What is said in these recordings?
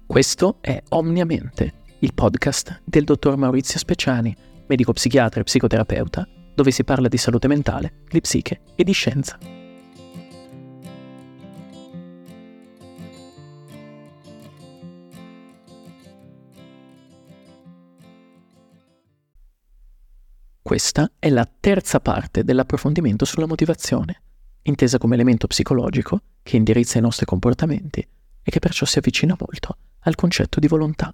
Questo è Omniamente, il podcast del dottor Maurizio Speciani, medico psichiatra e psicoterapeuta, dove si parla di salute mentale, di psiche e di scienza. Questa è la terza parte dell'approfondimento sulla motivazione, intesa come elemento psicologico che indirizza i nostri comportamenti e che perciò si avvicina molto al concetto di volontà.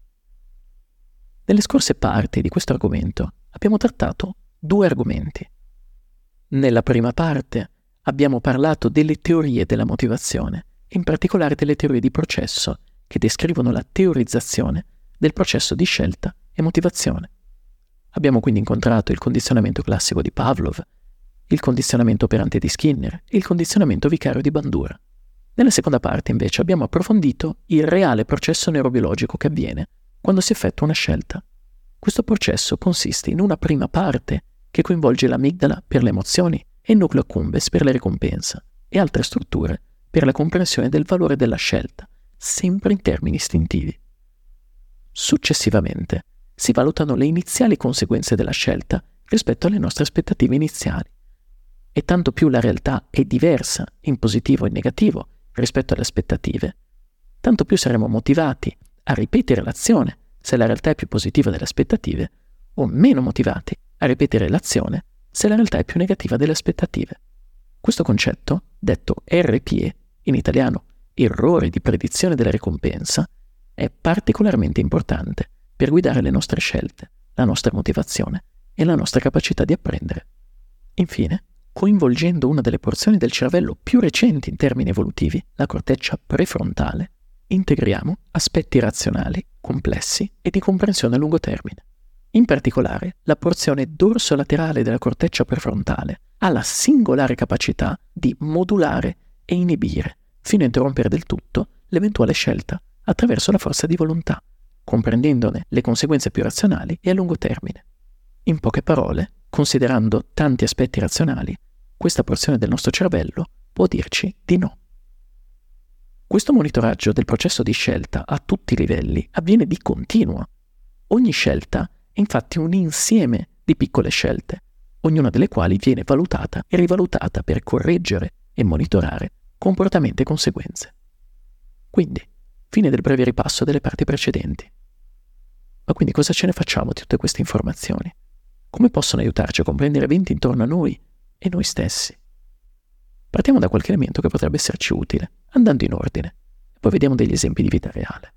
Nelle scorse parti di questo argomento abbiamo trattato due argomenti. Nella prima parte abbiamo parlato delle teorie della motivazione, in particolare delle teorie di processo che descrivono la teorizzazione del processo di scelta e motivazione. Abbiamo quindi incontrato il condizionamento classico di Pavlov, il condizionamento operante di Skinner e il condizionamento vicario di Bandura. Nella seconda parte, invece, abbiamo approfondito il reale processo neurobiologico che avviene quando si effettua una scelta. Questo processo consiste in una prima parte che coinvolge l'amigdala per le emozioni e il nucleo accumbens per la ricompensa e altre strutture per la comprensione del valore della scelta, sempre in termini istintivi. Successivamente si valutano le iniziali conseguenze della scelta rispetto alle nostre aspettative iniziali. E tanto più la realtà è diversa in positivo e in negativo rispetto alle aspettative, tanto più saremo motivati a ripetere l'azione se la realtà è più positiva delle aspettative, o meno motivati a ripetere l'azione se la realtà è più negativa delle aspettative. Questo concetto, detto RPE, in italiano errore di predizione della ricompensa, è particolarmente importante per guidare le nostre scelte, la nostra motivazione e la nostra capacità di apprendere. Infine, coinvolgendo una delle porzioni del cervello più recenti in termini evolutivi, la corteccia prefrontale, integriamo aspetti razionali, complessi e di comprensione a lungo termine. In particolare, la porzione dorsolaterale della corteccia prefrontale ha la singolare capacità di modulare e inibire, fino a interrompere del tutto, l'eventuale scelta attraverso la forza di volontà, comprendendone le conseguenze più razionali e a lungo termine. In poche parole, considerando tanti aspetti razionali, questa porzione del nostro cervello può dirci di no. Questo monitoraggio del processo di scelta a tutti i livelli avviene di continuo. Ogni scelta è infatti un insieme di piccole scelte, ognuna delle quali viene valutata e rivalutata per correggere e monitorare comportamenti e conseguenze. Quindi, fine del breve ripasso delle parti precedenti. Ma quindi cosa ce ne facciamo di tutte queste informazioni? Come possono aiutarci a comprendere eventi intorno a noi e noi stessi? Partiamo da qualche elemento che potrebbe esserci utile, andando in ordine, e poi vediamo degli esempi di vita reale.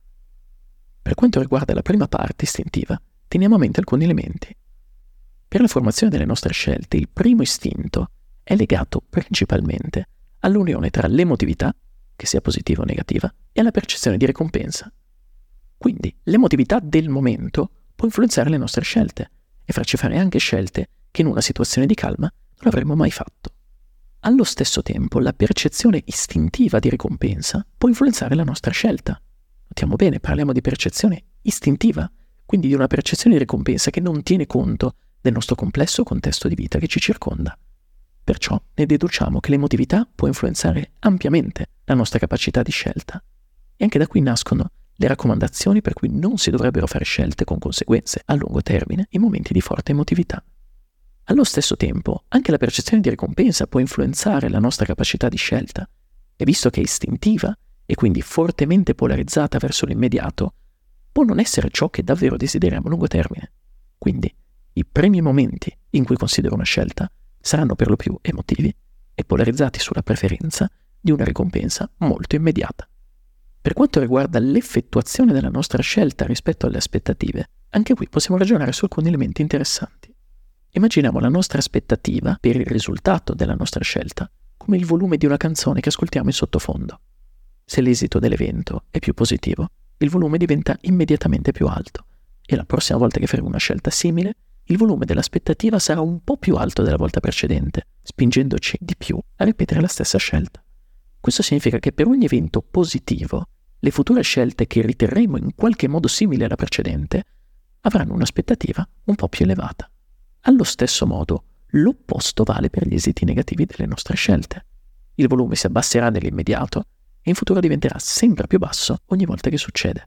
Per quanto riguarda la prima parte istintiva, teniamo a mente alcuni elementi. Per la formazione delle nostre scelte, il primo istinto è legato principalmente all'unione tra l'emotività, che sia positiva o negativa, e alla percezione di ricompensa. Quindi l'emotività del momento può influenzare le nostre scelte e farci fare anche scelte che in una situazione di calma non avremmo mai fatto. Allo stesso tempo, la percezione istintiva di ricompensa può influenzare la nostra scelta. Notiamo bene, parliamo di percezione istintiva, quindi di una percezione di ricompensa che non tiene conto del nostro complesso contesto di vita che ci circonda. Perciò ne deduciamo che l'emotività può influenzare ampiamente la nostra capacità di scelta. E anche da qui nascono le raccomandazioni per cui non si dovrebbero fare scelte con conseguenze a lungo termine in momenti di forte emotività. Allo stesso tempo, anche la percezione di ricompensa può influenzare la nostra capacità di scelta, e visto che è istintiva e quindi fortemente polarizzata verso l'immediato, può non essere ciò che davvero desideriamo a lungo termine. Quindi, i primi momenti in cui considero una scelta saranno per lo più emotivi e polarizzati sulla preferenza di una ricompensa molto immediata. Per quanto riguarda l'effettuazione della nostra scelta rispetto alle aspettative, anche qui possiamo ragionare su alcuni elementi interessanti. Immaginiamo la nostra aspettativa per il risultato della nostra scelta come il volume di una canzone che ascoltiamo in sottofondo. Se l'esito dell'evento è più positivo, il volume diventa immediatamente più alto e la prossima volta che faremo una scelta simile, il volume dell'aspettativa sarà un po' più alto della volta precedente, spingendoci di più a ripetere la stessa scelta. Questo significa che per ogni evento positivo, le future scelte che riterremo in qualche modo simili alla precedente avranno un'aspettativa un po' più elevata. Allo stesso modo, l'opposto vale per gli esiti negativi delle nostre scelte. Il volume si abbasserà nell'immediato e in futuro diventerà sempre più basso ogni volta che succede.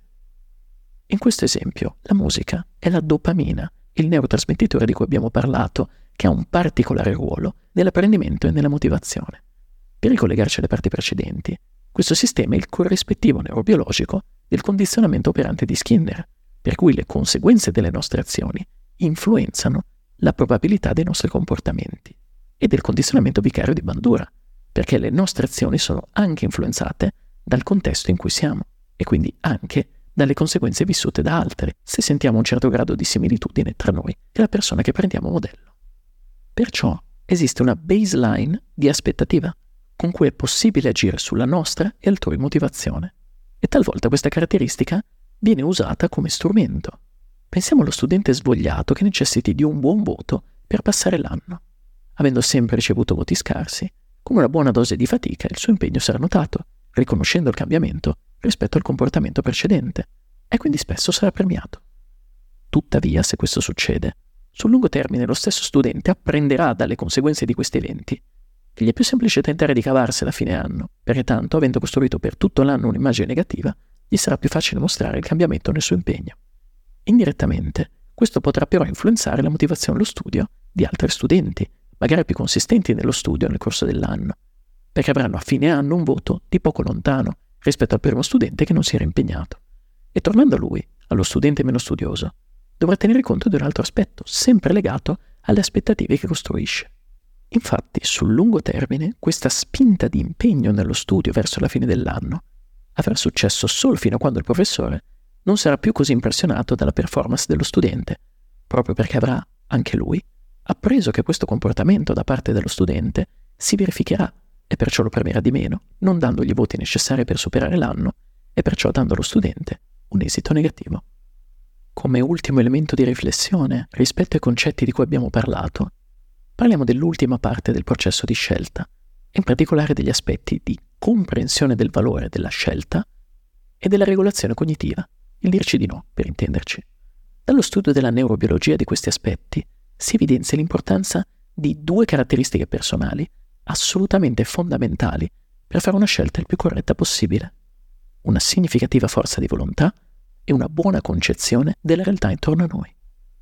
In questo esempio, la musica è la dopamina, il neurotrasmettitore di cui abbiamo parlato, che ha un particolare ruolo nell'apprendimento e nella motivazione. Per ricollegarci alle parti precedenti, questo sistema è il corrispettivo neurobiologico del condizionamento operante di Skinner, per cui le conseguenze delle nostre azioni influenzano la probabilità dei nostri comportamenti, e del condizionamento vicario di Bandura, perché le nostre azioni sono anche influenzate dal contesto in cui siamo, e quindi anche dalle conseguenze vissute da altri, se sentiamo un certo grado di similitudine tra noi e la persona che prendiamo modello. Perciò esiste una baseline di aspettativa con cui è possibile agire sulla nostra e altrui motivazione, e talvolta questa caratteristica viene usata come strumento. Pensiamo allo studente svogliato che necessiti di un buon voto per passare l'anno. Avendo sempre ricevuto voti scarsi, con una buona dose di fatica il suo impegno sarà notato, riconoscendo il cambiamento rispetto al comportamento precedente, e quindi spesso sarà premiato. Tuttavia, se questo succede, sul lungo termine lo stesso studente apprenderà dalle conseguenze di questi eventi che gli è più semplice tentare di cavarsela a fine anno, perché tanto, avendo costruito per tutto l'anno un'immagine negativa, gli sarà più facile mostrare il cambiamento nel suo impegno. Indirettamente, questo potrà però influenzare la motivazione allo studio di altri studenti, magari più consistenti nello studio nel corso dell'anno, perché avranno a fine anno un voto di poco lontano rispetto al primo studente che non si era impegnato. E tornando a lui, allo studente meno studioso, dovrà tenere conto di un altro aspetto, sempre legato alle aspettative che costruisce. Infatti, sul lungo termine, questa spinta di impegno nello studio verso la fine dell'anno avrà successo solo fino a quando il professore non sarà più così impressionato dalla performance dello studente, proprio perché avrà, anche lui, appreso che questo comportamento da parte dello studente si verificherà e perciò lo premierà di meno, non dandogli i voti necessari per superare l'anno e perciò dando allo studente un esito negativo. Come ultimo elemento di riflessione rispetto ai concetti di cui abbiamo parlato, parliamo dell'ultima parte del processo di scelta, in particolare degli aspetti di comprensione del valore della scelta e della regolazione cognitiva, il dirci di no, per intenderci. Dallo studio della neurobiologia di questi aspetti si evidenzia l'importanza di due caratteristiche personali assolutamente fondamentali per fare una scelta il più corretta possibile: una significativa forza di volontà e una buona concezione della realtà intorno a noi.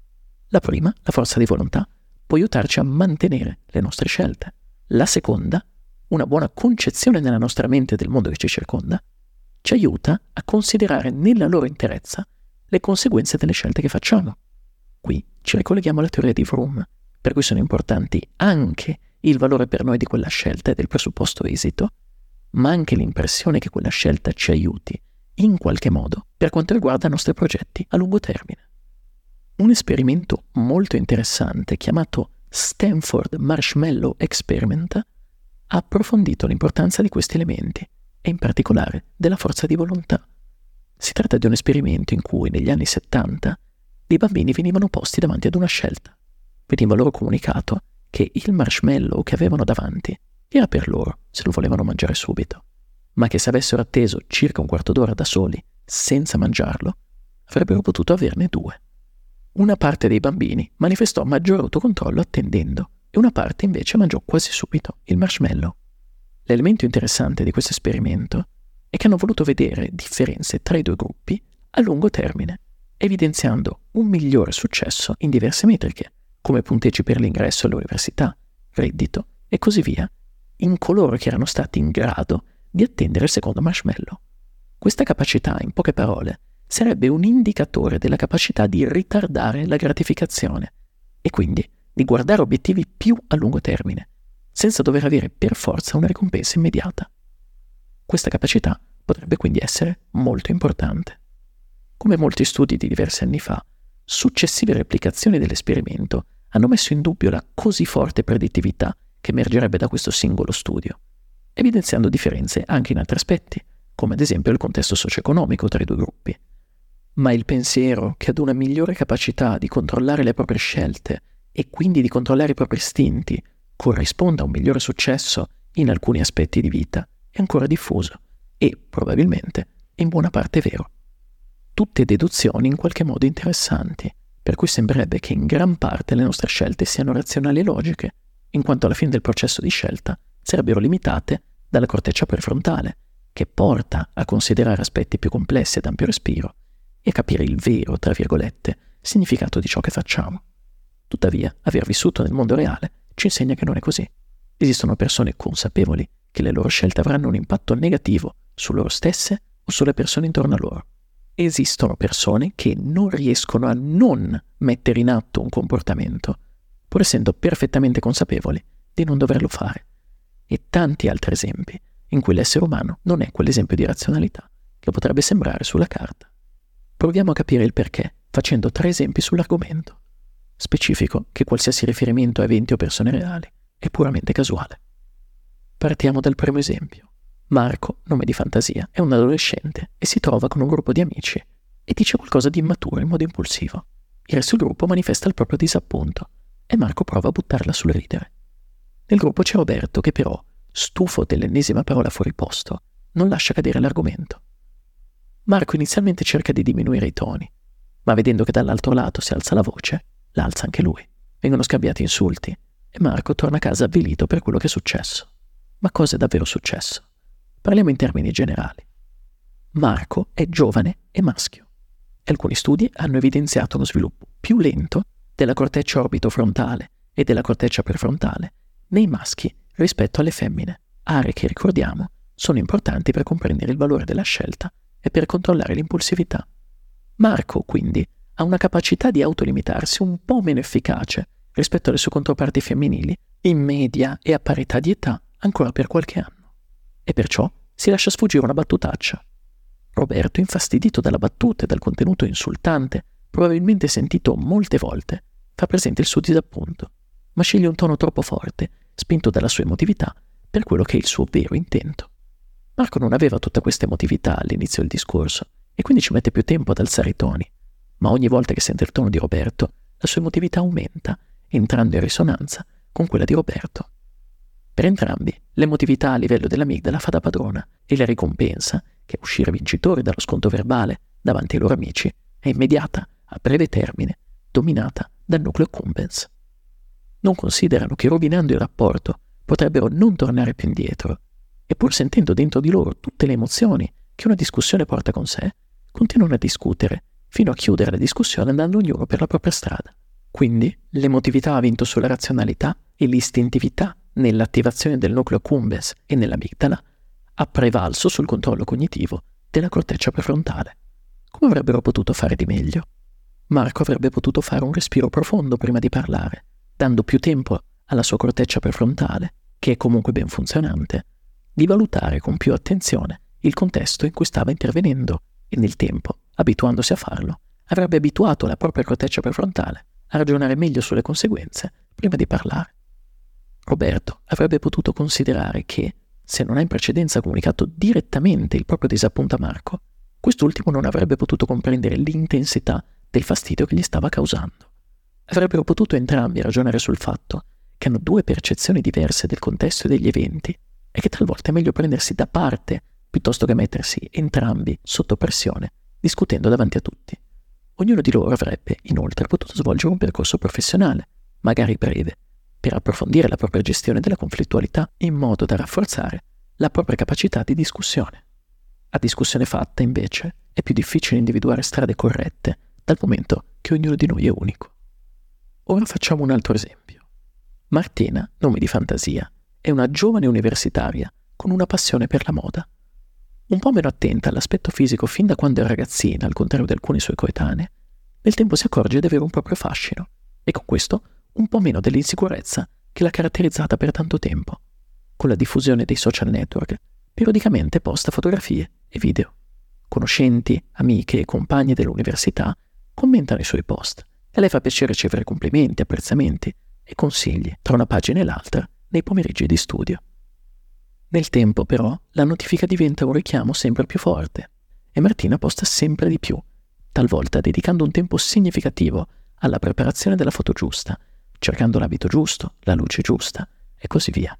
La prima, la forza di volontà, può aiutarci a mantenere le nostre scelte. La seconda, una buona concezione nella nostra mente del mondo che ci circonda, ci aiuta a considerare nella loro interezza le conseguenze delle scelte che facciamo. Qui ci ricolleghiamo alla teoria di Vroom, per cui sono importanti anche il valore per noi di quella scelta e del presupposto esito, ma anche l'impressione che quella scelta ci aiuti in qualche modo per quanto riguarda i nostri progetti a lungo termine. Un esperimento molto interessante chiamato Stanford Marshmallow Experiment ha approfondito l'importanza di questi elementi e in particolare della forza di volontà. Si tratta di un esperimento in cui negli anni 70 dei bambini venivano posti davanti ad una scelta. Veniva loro comunicato che il marshmallow che avevano davanti era per loro se lo volevano mangiare subito, ma che se avessero atteso circa un quarto d'ora da soli senza mangiarlo, avrebbero potuto averne due. Una parte dei bambini manifestò maggiore autocontrollo attendendo e una parte invece mangiò quasi subito il marshmallow. L'elemento interessante di questo esperimento è che hanno voluto vedere differenze tra i due gruppi a lungo termine, evidenziando un migliore successo in diverse metriche, come punteggi per l'ingresso all'università, reddito e così via, in coloro che erano stati in grado di attendere il secondo marshmallow. Questa capacità, in poche parole, sarebbe un indicatore della capacità di ritardare la gratificazione e quindi di guardare obiettivi più a lungo termine, senza dover avere per forza una ricompensa immediata. Questa capacità potrebbe quindi essere molto importante. Come molti studi di diversi anni fa, successive replicazioni dell'esperimento hanno messo in dubbio la così forte predittività che emergerebbe da questo singolo studio, evidenziando differenze anche in altri aspetti, come ad esempio il contesto socio-economico tra i due gruppi. Ma il pensiero che ad una migliore capacità di controllare le proprie scelte e quindi di controllare i propri istinti corrisponda a un migliore successo in alcuni aspetti di vita è ancora diffuso e, probabilmente, in buona parte vero. Tutte deduzioni in qualche modo interessanti, per cui sembrerebbe che in gran parte le nostre scelte siano razionali e logiche, in quanto alla fine del processo di scelta sarebbero limitate dalla corteccia prefrontale, che porta a considerare aspetti più complessi ed ampio respiro e a capire il vero, tra virgolette, significato di ciò che facciamo. Tuttavia, aver vissuto nel mondo reale ci insegna che non è così. Esistono persone consapevoli che le loro scelte avranno un impatto negativo su loro stesse o sulle persone intorno a loro. Esistono persone che non riescono a non mettere in atto un comportamento, pur essendo perfettamente consapevoli di non doverlo fare. E tanti altri esempi in cui l'essere umano non è quell'esempio di razionalità che potrebbe sembrare sulla carta. Proviamo a capire il perché facendo 3 esempi sull'argomento. Specifico che qualsiasi riferimento a eventi o persone reali è puramente casuale. Partiamo dal primo esempio. Marco, nome di fantasia, è un adolescente e si trova con un gruppo di amici e dice qualcosa di immaturo in modo impulsivo. Il resto del gruppo manifesta il proprio disappunto e Marco prova a buttarla sul ridere. Nel gruppo c'è Roberto che però, stufo dell'ennesima parola fuori posto, non lascia cadere l'argomento. Marco inizialmente cerca di diminuire i toni, ma vedendo che dall'altro lato si alza la voce, la alza anche lui. Vengono scambiati insulti e Marco torna a casa avvilito per quello che è successo. Ma cosa è davvero successo? Parliamo in termini generali. Marco è giovane e maschio. Alcuni studi hanno evidenziato uno sviluppo più lento della corteccia orbitofrontale e della corteccia prefrontale nei maschi rispetto alle femmine, aree che, ricordiamo, sono importanti per comprendere il valore della scelta e per controllare l'impulsività. Marco, quindi, ha una capacità di autolimitarsi un po' meno efficace rispetto alle sue controparti femminili, in media e a parità di età, ancora per qualche anno. E perciò si lascia sfuggire una battutaccia. Roberto, infastidito dalla battuta e dal contenuto insultante, probabilmente sentito molte volte, fa presente il suo disappunto, ma sceglie un tono troppo forte, spinto dalla sua emotività, per quello che è il suo vero intento. Marco non aveva tutta questa emotività all'inizio del discorso, e quindi ci mette più tempo ad alzare i toni, ma ogni volta che sente il tono di Roberto, la sua emotività aumenta, entrando in risonanza con quella di Roberto. Per entrambi, l'emotività a livello dell'amigdala fa da padrona e la ricompensa, che è uscire vincitori dallo sconto verbale davanti ai loro amici, è immediata, a breve termine, dominata dal nucleo accumbens. Non considerano che rovinando il rapporto potrebbero non tornare più indietro, e pur sentendo dentro di loro tutte le emozioni che una discussione porta con sé, continuano a discutere fino a chiudere la discussione andando ognuno per la propria strada. Quindi l'emotività ha vinto sulla razionalità e l'istintività nell'attivazione del nucleo accumbens e nell'amigdala ha prevalso sul controllo cognitivo della corteccia prefrontale. Come avrebbero potuto fare di meglio? Marco avrebbe potuto fare un respiro profondo prima di parlare, dando più tempo alla sua corteccia prefrontale, che è comunque ben funzionante, di valutare con più attenzione il contesto in cui stava intervenendo e nel tempo, abituandosi a farlo, avrebbe abituato la propria corteccia prefrontale a ragionare meglio sulle conseguenze prima di parlare. Roberto avrebbe potuto considerare che, se non ha in precedenza comunicato direttamente il proprio disappunto a Marco, quest'ultimo non avrebbe potuto comprendere l'intensità del fastidio che gli stava causando. Avrebbero potuto entrambi ragionare sul fatto che hanno 2 percezioni diverse del contesto e degli eventi e che talvolta è meglio prendersi da parte piuttosto che mettersi entrambi sotto pressione, discutendo davanti a tutti. Ognuno di loro avrebbe, inoltre, potuto svolgere un percorso professionale, magari breve, per approfondire la propria gestione della conflittualità in modo da rafforzare la propria capacità di discussione. A discussione fatta, invece, è più difficile individuare strade corrette, dal momento che ognuno di noi è unico. Ora facciamo un altro esempio. Martina, nome di fantasia, è una giovane universitaria con una passione per la moda. Un po' meno attenta all'aspetto fisico fin da quando è ragazzina, al contrario di alcuni suoi coetanei, nel tempo si accorge di avere un proprio fascino e con questo un po' meno dell'insicurezza che l'ha caratterizzata per tanto tempo. Con la diffusione dei social network, periodicamente posta fotografie e video. Conoscenti, amiche e compagni dell'università commentano i suoi post e a lei fa piacere ricevere complimenti, apprezzamenti e consigli tra una pagina e l'altra nei pomeriggi di studio. Nel tempo, però, la notifica diventa un richiamo sempre più forte e Martina posta sempre di più, talvolta dedicando un tempo significativo alla preparazione della foto giusta, cercando l'abito giusto, la luce giusta e così via.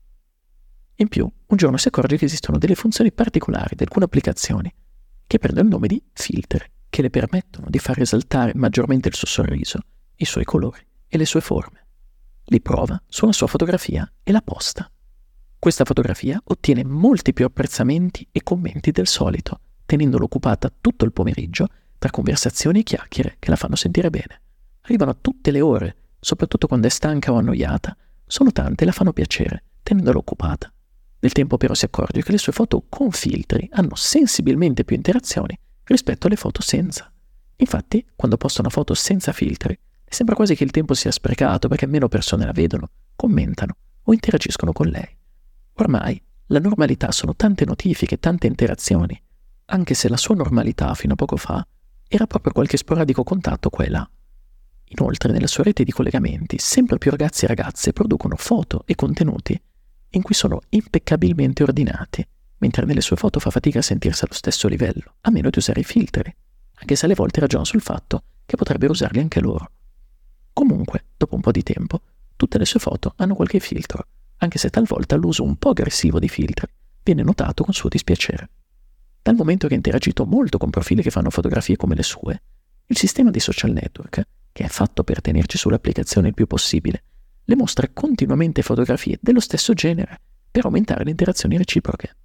In più, un giorno si accorge che esistono delle funzioni particolari di alcune applicazioni che prendono il nome di filtri, che le permettono di far risaltare maggiormente il suo sorriso, i suoi colori e le sue forme. Li prova su una sua fotografia e la posta. Questa fotografia ottiene molti più apprezzamenti e commenti del solito, tenendola occupata tutto il pomeriggio tra conversazioni e chiacchiere che la fanno sentire bene. Arrivano a tutte le ore, soprattutto quando è stanca o annoiata. Sono tante e la fanno piacere, tenendola occupata. Nel tempo però si accorge che le sue foto con filtri hanno sensibilmente più interazioni rispetto alle foto senza. Infatti, quando posta una foto senza filtri, sembra quasi che il tempo sia sprecato perché meno persone la vedono, commentano o interagiscono con lei. Ormai la normalità sono tante notifiche, tante interazioni, anche se la sua normalità fino a poco fa era proprio qualche sporadico contatto qua e là. Inoltre nella sua rete di collegamenti sempre più ragazzi e ragazze producono foto e contenuti in cui sono impeccabilmente ordinati, mentre nelle sue foto fa fatica a sentirsi allo stesso livello, a meno di usare i filtri, anche se alle volte ragiona sul fatto che potrebbero usarli anche loro. Comunque, dopo un po' di tempo, tutte le sue foto hanno qualche filtro, anche se talvolta l'uso un po' aggressivo di filtri viene notato con suo dispiacere. Dal momento che ha interagito molto con profili che fanno fotografie come le sue, il sistema dei social network, che è fatto per tenerci sull'applicazione il più possibile, le mostra continuamente fotografie dello stesso genere per aumentare le interazioni reciproche.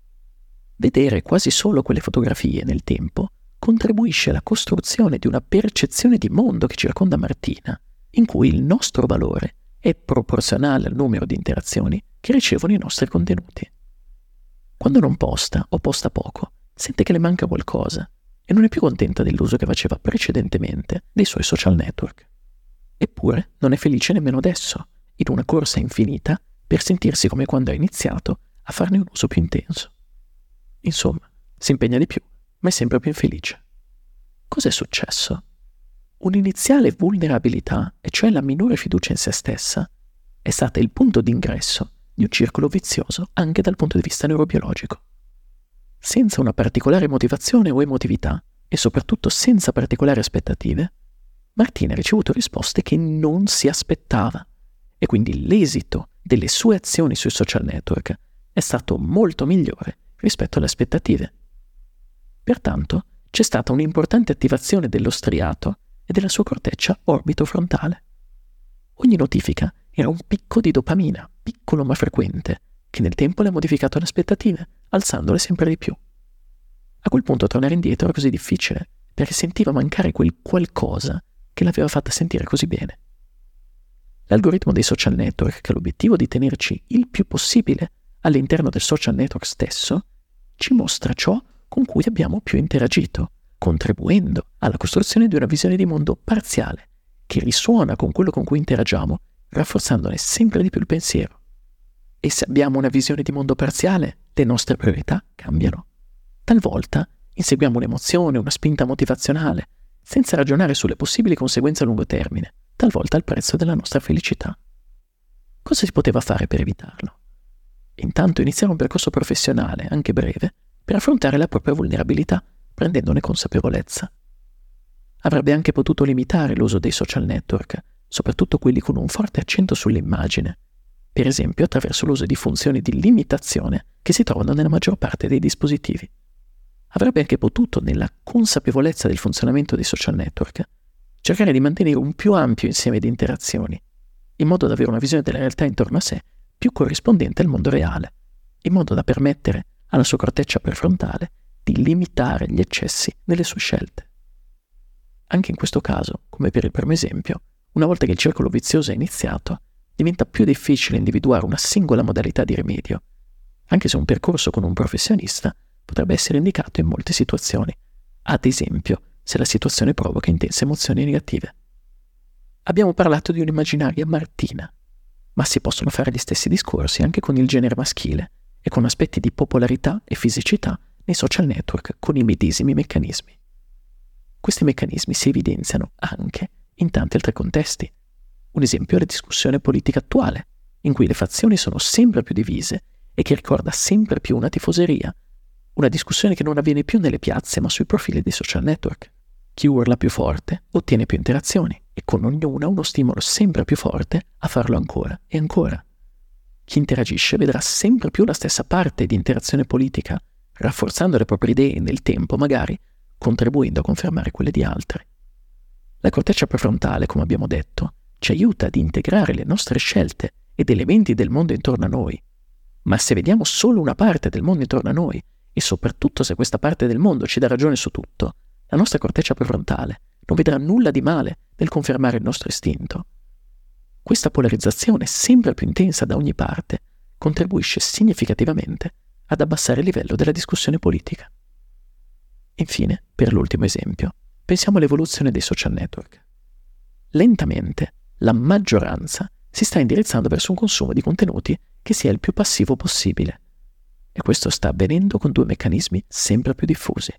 Vedere quasi solo quelle fotografie nel tempo contribuisce alla costruzione di una percezione di mondo che circonda Martina, in cui il nostro valore è proporzionale al numero di interazioni che ricevono i nostri contenuti. Quando non posta o posta poco, sente che le manca qualcosa e non è più contenta dell'uso che faceva precedentemente dei suoi social network. Eppure non è felice nemmeno adesso, in una corsa infinita per sentirsi come quando ha iniziato a farne un uso più intenso. Insomma, si impegna di più, ma è sempre più infelice. Cos'è successo? Un'iniziale vulnerabilità, e cioè la minore fiducia in se stessa, è stata il punto d'ingresso di un circolo vizioso anche dal punto di vista neurobiologico. Senza una particolare motivazione o emotività, e soprattutto senza particolari aspettative, Martina ha ricevuto risposte che non si aspettava, e quindi l'esito delle sue azioni sui social network è stato molto migliore rispetto alle aspettative. Pertanto, c'è stata un'importante attivazione dello striato e della sua corteccia orbitofrontale. Ogni notifica era un picco di dopamina, piccolo ma frequente, che nel tempo le ha modificato le aspettative, alzandole sempre di più. A quel punto tornare indietro era così difficile, perché sentiva mancare quel qualcosa che l'aveva fatta sentire così bene. L'algoritmo dei social network, che ha l'obiettivo di tenerci il più possibile all'interno del social network stesso, ci mostra ciò con cui abbiamo più interagito, contribuendo alla costruzione di una visione di mondo parziale, che risuona con quello con cui interagiamo, rafforzandone sempre di più il pensiero. E se abbiamo una visione di mondo parziale, le nostre priorità cambiano. Talvolta inseguiamo un'emozione, una spinta motivazionale, senza ragionare sulle possibili conseguenze a lungo termine, talvolta al prezzo della nostra felicità. Cosa si poteva fare per evitarlo? Intanto iniziare un percorso professionale, anche breve, per affrontare la propria vulnerabilità, prendendone consapevolezza. Avrebbe anche potuto limitare l'uso dei social network, soprattutto quelli con un forte accento sull'immagine, per esempio attraverso l'uso di funzioni di limitazione che si trovano nella maggior parte dei dispositivi. Avrebbe anche potuto, nella consapevolezza del funzionamento dei social network, cercare di mantenere un più ampio insieme di interazioni, in modo da avere una visione della realtà intorno a sé più corrispondente al mondo reale, in modo da permettere alla sua corteccia prefrontale di limitare gli eccessi nelle sue scelte. Anche in questo caso, come per il primo esempio, una volta che il circolo vizioso è iniziato, diventa più difficile individuare una singola modalità di rimedio, anche se un percorso con un professionista potrebbe essere indicato in molte situazioni, ad esempio se la situazione provoca intense emozioni negative. Abbiamo parlato di un'immaginaria Martina, ma si possono fare gli stessi discorsi anche con il genere maschile e con aspetti di popolarità e fisicità nei social network con i medesimi meccanismi. Questi meccanismi si evidenziano anche in tanti altri contesti. Un esempio è la discussione politica attuale, in cui le fazioni sono sempre più divise e che ricorda sempre più una tifoseria, una discussione che non avviene più nelle piazze ma sui profili dei social network. Chi urla più forte ottiene più interazioni e con ognuna uno stimolo sempre più forte a farlo ancora e ancora. Chi interagisce vedrà sempre più la stessa parte di interazione politica, rafforzando le proprie idee nel tempo, magari contribuendo a confermare quelle di altri. La corteccia prefrontale, come abbiamo detto, ci aiuta ad integrare le nostre scelte ed elementi del mondo intorno a noi, Ma se vediamo solo una parte del mondo intorno a noi, e soprattutto se questa parte del mondo ci dà ragione su tutto, la nostra corteccia prefrontale non vedrà nulla di male nel confermare il nostro istinto. Questa polarizzazione sempre più intensa da ogni parte contribuisce significativamente ad abbassare il livello della discussione politica. Infine, per l'ultimo esempio, pensiamo all'evoluzione dei social network. Lentamente, la maggioranza si sta indirizzando verso un consumo di contenuti che sia il più passivo possibile. E questo sta avvenendo con due meccanismi sempre più diffusi.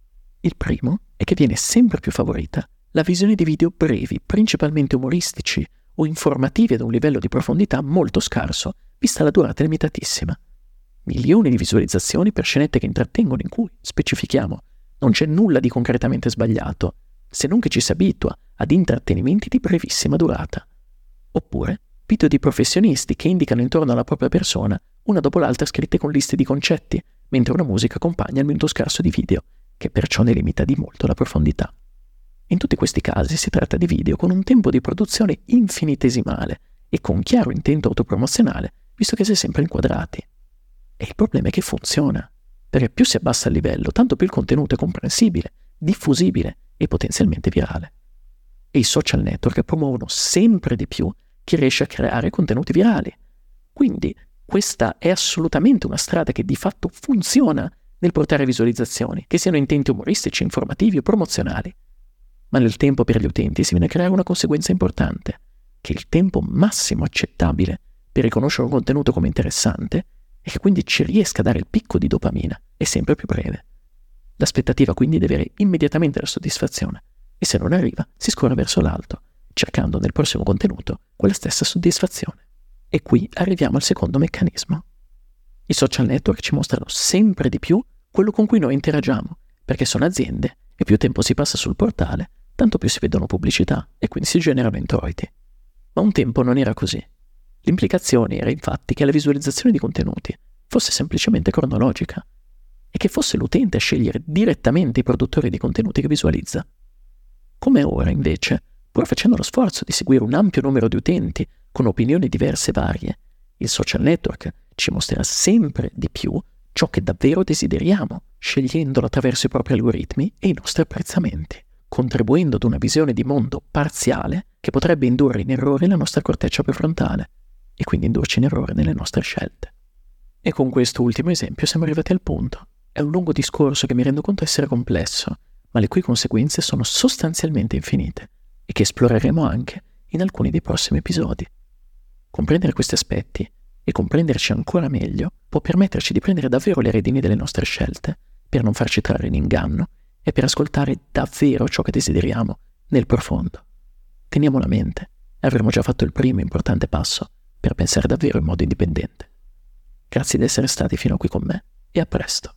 Il primo è che viene sempre più favorita la visione di video brevi, principalmente umoristici o informativi ad un livello di profondità molto scarso, vista la durata limitatissima. Milioni di visualizzazioni per scenette che intrattengono, in cui, specifichiamo, non c'è nulla di concretamente sbagliato, se non che ci si abitua ad intrattenimenti di brevissima durata. Oppure video di professionisti che indicano intorno alla propria persona una dopo l'altra scritte con liste di concetti, mentre una musica accompagna il minuto scarso di video, che perciò ne limita di molto la profondità. In tutti questi casi si tratta di video con un tempo di produzione infinitesimale e con chiaro intento autopromozionale, visto che si è sempre inquadrati. E il problema è che funziona, perché più si abbassa il livello, tanto più il contenuto è comprensibile, diffusibile e potenzialmente virale. E i social network promuovono sempre di più chi riesce a creare contenuti virali. Quindi questa è assolutamente una strada che di fatto funziona nel portare visualizzazioni, che siano intenti umoristici, informativi o promozionali. Ma nel tempo per gli utenti si viene a creare una conseguenza importante, che il tempo massimo accettabile per riconoscere un contenuto come interessante e che quindi ci riesca a dare il picco di dopamina è sempre più breve. L'aspettativa quindi deve avere immediatamente la soddisfazione e se non arriva si scorre verso l'alto, cercando nel prossimo contenuto quella stessa soddisfazione. E qui arriviamo al secondo meccanismo. I social network ci mostrano sempre di più quello con cui noi interagiamo, perché sono aziende e più tempo si passa sul portale, tanto più si vedono pubblicità e quindi si generano introiti. Ma un tempo non era così. L'implicazione era infatti che la visualizzazione di contenuti fosse semplicemente cronologica e che fosse l'utente a scegliere direttamente i produttori di contenuti che visualizza. Come ora, invece, pur facendo lo sforzo di seguire un ampio numero di utenti con opinioni diverse e varie, il social network ci mostrerà sempre di più ciò che davvero desideriamo, scegliendolo attraverso i propri algoritmi e i nostri apprezzamenti, contribuendo ad una visione di mondo parziale che potrebbe indurre in errore la nostra corteccia prefrontale e quindi indurci in errore nelle nostre scelte. E con questo ultimo esempio siamo arrivati al punto. È un lungo discorso che mi rendo conto essere complesso, ma le cui conseguenze sono sostanzialmente infinite e che esploreremo anche in alcuni dei prossimi episodi. Comprendere questi aspetti e comprenderci ancora meglio può permetterci di prendere davvero le redini delle nostre scelte, per non farci trarre in inganno e per ascoltare davvero ciò che desideriamo nel profondo. Teniamolo a mente, avremo già fatto il primo importante passo per pensare davvero in modo indipendente. Grazie di essere stati fino a qui con me e a presto.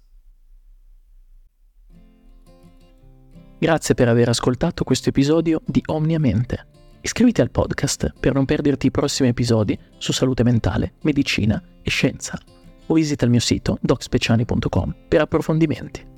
Grazie per aver ascoltato questo episodio di Omniamente. Iscriviti al podcast per non perderti i prossimi episodi su salute mentale, medicina e scienza. O visita il mio sito docspeciani.com per approfondimenti.